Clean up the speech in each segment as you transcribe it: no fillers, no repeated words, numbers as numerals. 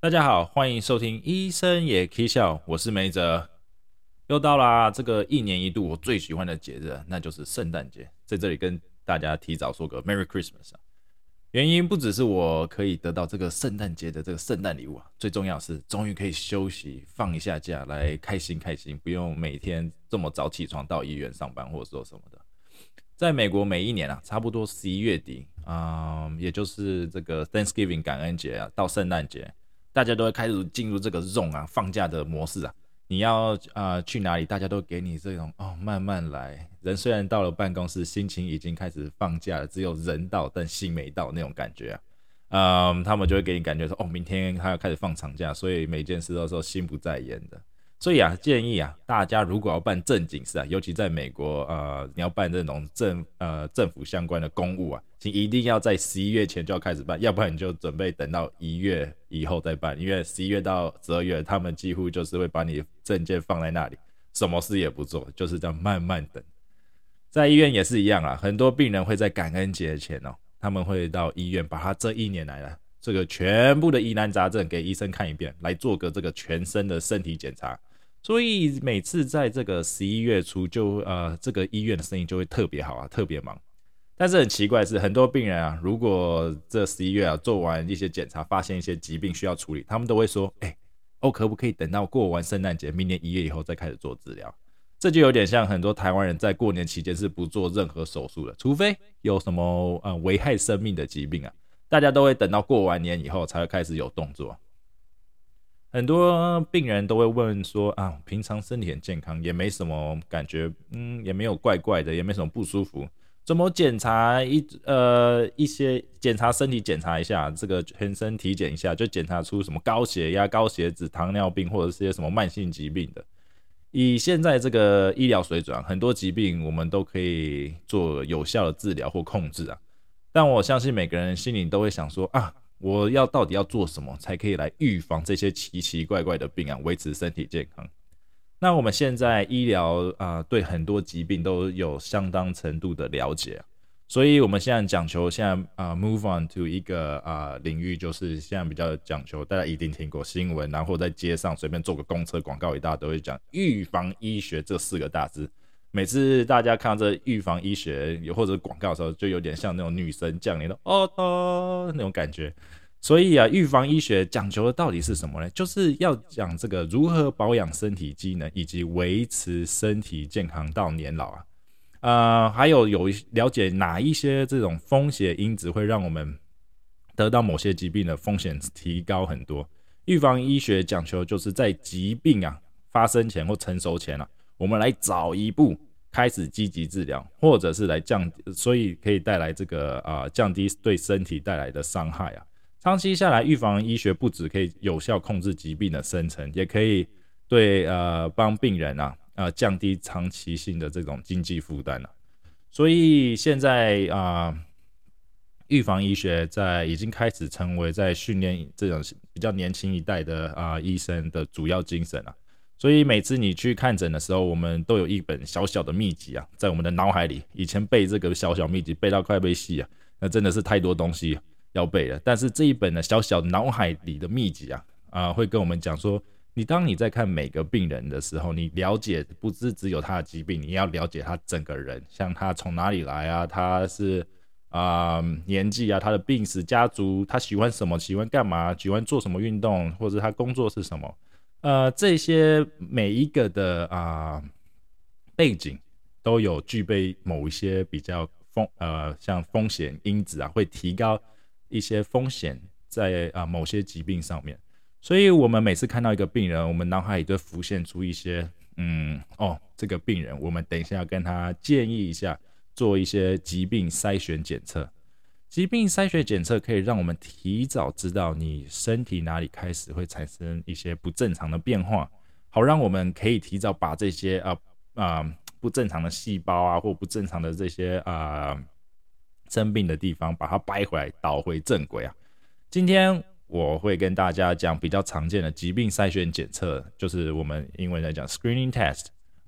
大家好，欢迎收听医生也可以笑，我是梅哲。又到啦这个一年一度我最喜欢的节日，那就是圣诞节。在这里跟大家提早说个 Merry Christmas 啊！原因不只是我可以得到这个圣诞节的这个圣诞礼物啊，最重要的是终于可以休息放一下假来开心开心，不用每天这么早起床到医院上班或者说什么的。在美国每一年啊，差不多11月底也就是这个 Thanksgiving 感恩节啊，到圣诞节，大家都会开始进入这个 zone 啊放假的模式啊。你要去哪里，大家都给你这种慢慢来。人虽然到了办公室，心情已经开始放假了，只有人到但心没到那种感觉啊。他们就会给你感觉说，明天他要开始放长假，所以每件事都说心不在焉的。所以啊，建议啊，大家如果要办正经事啊，尤其在美国，你要办这种政府相关的公务啊，请一定要在11月前就要开始办，要不然你就准备等到1月以后再办，因为11月到12月，他们几乎就是会把你证件放在那里，什么事也不做，就是这样慢慢等。在医院也是一样啊，很多病人会在感恩节前他们会到医院把他这一年来这个全部的疑难杂症给医生看一遍，来做个这个全身的身体检查。所以每次在这个11月初这个医院的生意就会特别好啊，特别忙。但是很奇怪的是，很多病人啊，如果这11月做完一些检查，发现一些疾病需要处理，他们都会说，可不可以等到过完圣诞节，明年1月以后再开始做治疗？这就有点像很多台湾人在过年期间是不做任何手术的，除非有什么危害生命的疾病啊，大家都会等到过完年以后才会开始有动作。很多病人都会问说平常身体很健康，也没什么感觉，也没有怪怪的，也没什么不舒服，怎么检查一些检查身体检查一下，这个全身体检一下就检查出什么高血压、高血脂、糖尿病或者是些什么慢性疾病的。以现在这个医疗水准很多疾病我们都可以做有效的治疗或控制啊。但我相信每个人心里都会想说我到底要做什么才可以来预防这些奇奇怪怪的病啊，维持身体健康？那我们现在医疗对很多疾病都有相当程度的了解所以我们现在讲求现在move on to 一个领域，就是现在比较讲求，大家一定听过新闻，然后在街上随便做个公车广告一大堆，讲预防医学这4个大字。每次大家看到这预防医学或者广告的时候，就有点像那种女神降临的那种感觉。所以预防医学讲求的到底是什么呢？就是要讲这个如何保养身体机能，以及维持身体健康到年老还有了解哪一些这种风险因子会让我们得到某些疾病的风险提高很多。预防医学讲求就是在疾病发生前或成熟前我们来早一步开始积极治疗，或者是来所以可以带来这个降低对身体带来的伤害长期下来，预防医学不只可以有效控制疾病的生成，也可以对帮病人降低长期性的这种经济负担所以现在预防医学已经开始成为在训练这种比较年轻一代的医生的主要精神所以每次你去看诊的时候，我们都有一本小小的秘籍在我们的脑海里。以前背这个小小秘籍背到快背细那真的是太多东西要背了。但是这一本小小脑海里的秘籍会跟我们讲说，当你在看每个病人的时候，你了解不是只有他的疾病，你要了解他整个人，像他从哪里来他是年纪他的病史、家族，他喜欢什么，喜欢干嘛，喜欢做什么运动，或者他工作是什么。这些每一个的背景都有具备某一些比较像风险因子会提高一些风险在某些疾病上面。所以我们每次看到一个病人，我们脑海里就浮现出一些这个病人我们等一下要跟他建议一下做一些疾病筛选检测。疾病筛选检测可以让我们提早知道你身体哪里开始会产生一些不正常的变化，好让我们可以提早把这些不正常的细胞或不正常的这些生病的地方把它掰回来，导回正轨今天我会跟大家讲比较常见的疾病筛选检测，就是我们英文来讲 screening test。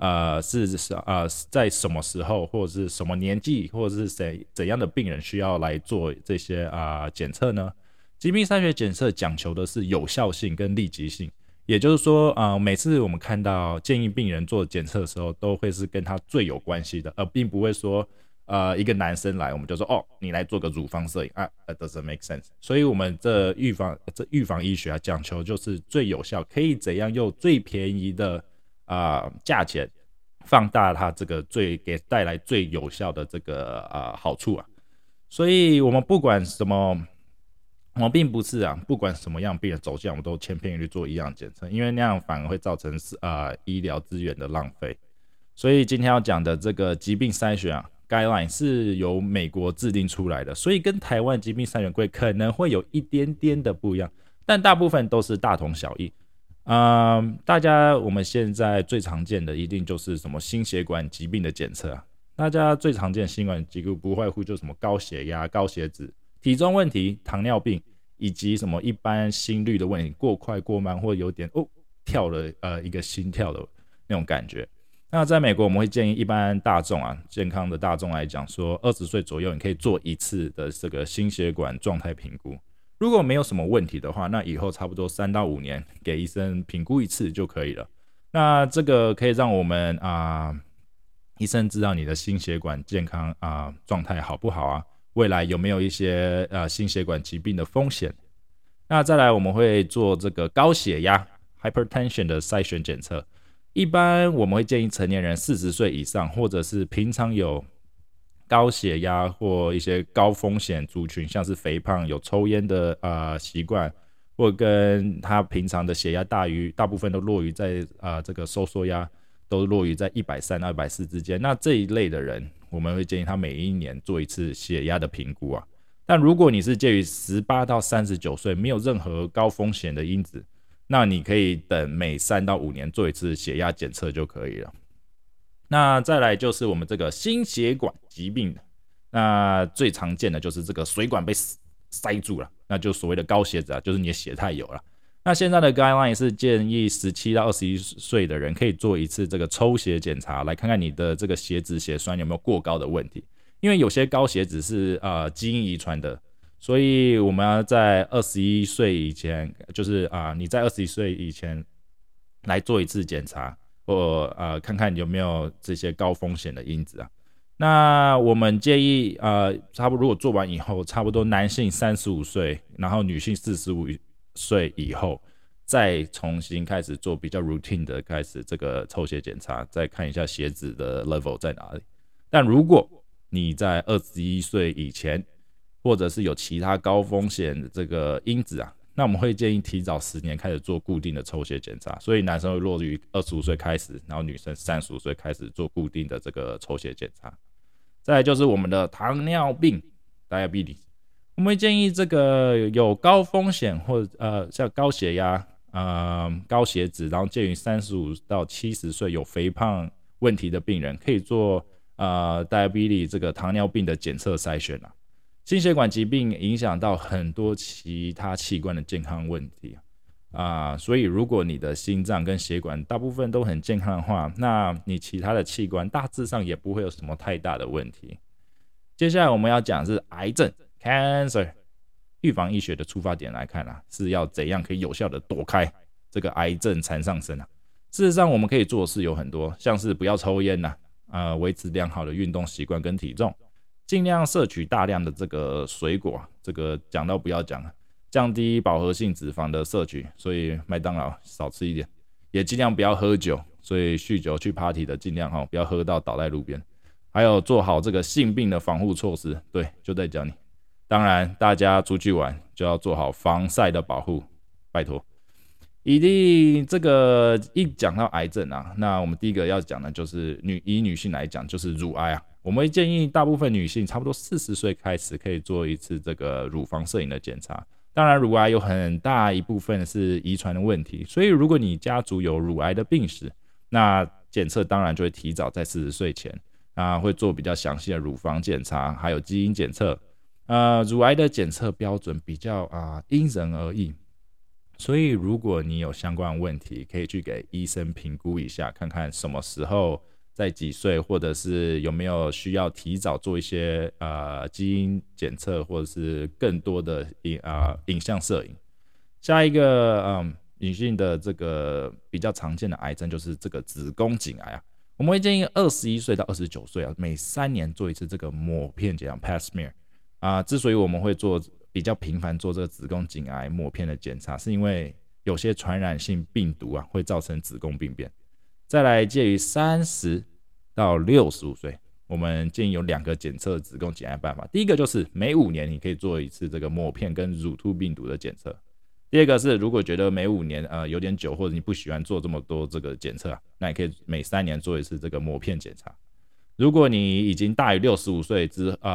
在什么时候或者是什么年纪或者是怎样的病人需要来做这些检测呢？ 疾病筛选检测讲求的是有效性跟立即性，也就是说，每次我们看到建议病人做检测的时候，都会是跟他最有关系的，而并不会说，一个男生来，我们就说，哦，你来做个乳房摄影啊，that doesn't make sense。所以我们这预防医学啊，讲求就是最有效，可以怎样用最便宜的价钱，放大它这个给带来最有效的这个好处啊。所以我们不管什么。我们并不是不管什么样病人走进来，我们都千篇一律做一样检测，因为那样反而会造成医疗资源的浪费。所以今天要讲的这个疾病筛选guideline 是由美国制定出来的，所以跟台湾疾病筛选规可能会有一点点的不一样，但大部分都是大同小异。大家我们现在最常见的一定就是什么心血管疾病的检测大家最常见的心血管疾病不外乎就是什么高血压、高血脂、体重问题、糖尿病，以及什么一般心率的问题，过快过慢，或有点跳了一个心跳的那种感觉。那在美国，我们会建议一般大众健康的大众来讲，说20岁左右你可以做一次的这个心血管状态评估。如果没有什么问题的话，那以后差不多3到5年给医生评估一次就可以了。那这个可以让我们医生知道你的心血管健康状态好不好未来有没有一些心血管疾病的风险？那再来我们会做这个高血压 hypertension 的筛选检测。一般我们会建议成年人40岁以上，或者是平常有高血压或一些高风险族群，像是肥胖、有抽烟的习惯，或跟他平常的血压大部分都落于在这个收缩压都落于在130到140之间。那这一类的人，我们会建议他每一年做一次血压的评估但如果你是介于18到39岁，没有任何高风险的因子，那你可以等每3到5年做一次血压检测就可以了。那再来就是我们这个心血管疾病，那最常见的就是这个水管被塞住了，那就所谓的高血脂就是你的血太油了。那现在的 guideline 是建议17到21岁的人可以做一次这个抽血检查，来看看你的这个血脂血栓有没有过高的问题。因为有些高血脂是基因遗传的，所以我们要在21岁以前，就是你在21岁以前来做一次检查，或看看有没有这些高风险的因子那我们建议差不多如果做完以后，差不多男性35岁，然后女性45岁以后，再重新开始做比较 routine 的开始这个抽血检查，再看一下血脂的 level 在哪里。但如果你在21岁以前，或者是有其他高风险的这个因子那我们会建议提早10年开始做固定的抽血检查，所以男生会落于25岁开始，然后女生35岁开始做固定的这个抽血检查。再来就是我们的糖尿病 diabetes， 我们会建议这个有高风险或像高血压、高血脂，然后介于35到70岁有肥胖问题的病人，可以做diabetes 这个糖尿病的检测筛选心血管疾病影响到很多其他器官的健康问题所以如果你的心脏跟血管大部分都很健康的话，那你其他的器官大致上也不会有什么太大的问题。接下来我们要讲的是癌症 cancer， 预防医学的出发点来看是要怎样可以有效的躲开这个癌症缠上身事实上我们可以做的事有很多，像是不要抽烟维持良好的运动习惯跟体重，尽量摄取大量的这个水果这个讲到不要讲降低饱和性脂肪的摄取，所以麦当劳少吃一点，也尽量不要喝酒，所以酗酒去 party 的尽量不要喝到倒在路边，还有做好这个性病的防护措施，对，就在讲你。当然大家出去玩就要做好防晒的保护，拜托。这个一讲到癌症那我们第一个要讲的就是以女性来讲就是乳癌我们会建议大部分女性差不多40岁开始可以做一次这个乳房摄影的检查。当然乳癌有很大一部分是遗传的问题，所以如果你家族有乳癌的病史，那检测当然就会提早在40岁前会做比较详细的乳房检查，还有基因检测。乳癌的检测标准比较因人而异，所以如果你有相关问题，可以去给医生评估一下，看看什么时候在几岁，或者是有没有需要提早做一些基因检测，或者是更多的影像摄影。下一个女性的这个比较常见的癌症就是这个子宫颈癌啊。我们会建议21岁到29岁啊，每3年做一次这个抹片检查 Pap smear 之所以我们会做比较频繁做这个子宫颈癌抹片的检查，是因为有些传染性病毒会造成子宫病变。再来，介于30到65岁，我们建议有2个检测子宫颈癌办法。第一个就是每5年你可以做一次这个抹片跟乳突病毒的检测。第二个是，如果觉得每5年有点久，或者你不喜欢做这么多这个检测那你可以每3年做一次这个抹片检查。如果你已经大于65岁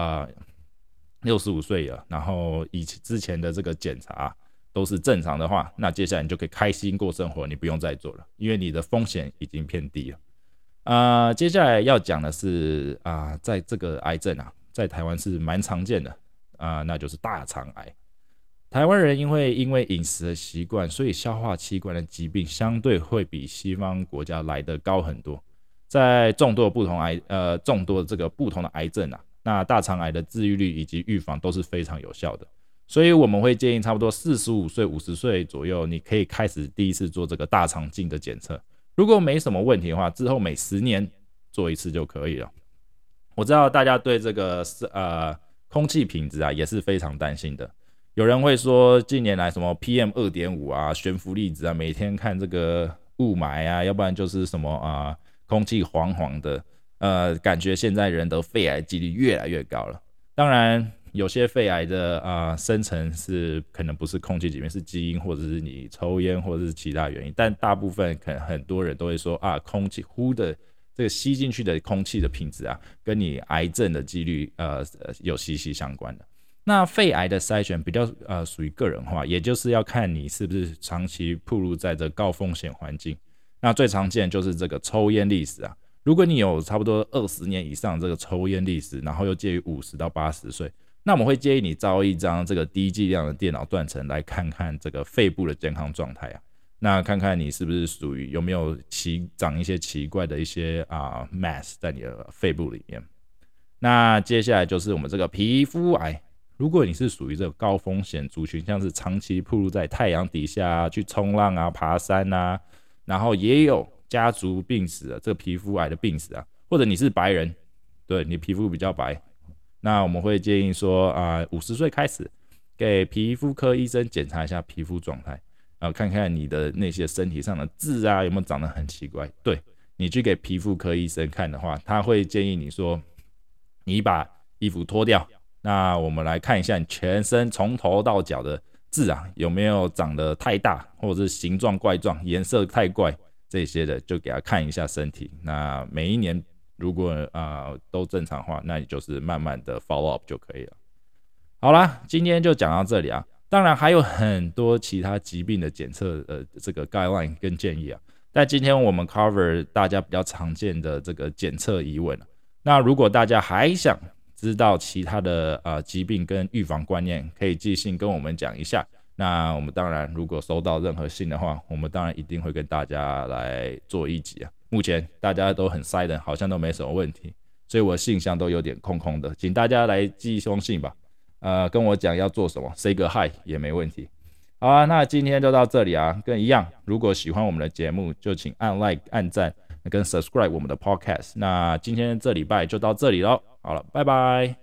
65岁了，然后之前的这个检查都是正常的话，那接下来你就可以开心过生活，你不用再做了，因为你的风险已经偏低了。接下来要讲的是在这个癌症在台湾是蛮常见的那就是大肠癌。台湾人因为饮食的习惯，所以消化器官的疾病相对会比西方国家来得高很多。在众多不同的癌症那大肠癌的治愈率以及预防都是非常有效的。所以我们会建议差不多45岁、50岁左右，你可以开始第一次做这个大肠镜的检测。如果没什么问题的话，之后每10年做一次就可以了。我知道大家对这个空气品质也是非常担心的。有人会说近年来什么 PM2.5悬浮粒子每天看这个雾霾要不然就是什么空气黄黄的，感觉现在人得肺癌几率越来越高了。当然有些肺癌的生成是可能不是空气疾病，是基因或者是你抽烟或者是其他原因，但大部分可能很多人都会说空气呼的这个吸进去的空气的品质跟你癌症的几率有息息相关的。那肺癌的筛选比较属于个人化，也就是要看你是不是长期暴露在这高风险环境。那最常见就是这个抽烟历史如果你有差不多20年以上这个抽烟历史，然后又介于50到80岁，那我们会建议你照一张这个低剂量的电脑断层来看看这个肺部的健康状态那看看你是不是属于有没有长一些奇怪的一些mass 在你的肺部里面。那接下来就是我们这个皮肤癌。如果你是属于这个高风险族群，像是长期暴露在太阳底下去冲浪爬山然后也有家族病史这个皮肤癌的病史或者你是白人，对你皮肤比较白，那我们会建议说50岁开始给皮肤科医生检查一下皮肤状态看看你的那些身体上的痣有没有长得很奇怪。对，你去给皮肤科医生看的话，他会建议你说你把衣服脱掉，那我们来看一下你全身从头到脚的痣有没有长得太大，或者是形状怪状、颜色太怪，这些的就给他看一下身体。那每一年如果都正常的话，那你就是慢慢的 follow up 就可以了。好啦，今天就讲到这里当然还有很多其他疾病的检测这个 guideline 跟建议但今天我们 cover 大家比较常见的这个检测疑问那如果大家还想知道其他的疾病跟预防观念，可以寄信跟我们讲一下。那我们当然如果收到任何信的话，我们当然一定会跟大家来做一集目前大家都很 silent， 好像都没什么问题，所以我信箱都有点空空的，请大家来寄一封信吧。跟我讲要做什么 ，say 个 hi 也没问题。好那今天就到这里跟一样，如果喜欢我们的节目，就请按 like 按赞跟 subscribe 我们的 podcast。那今天这礼拜就到这里咯，好了，拜拜。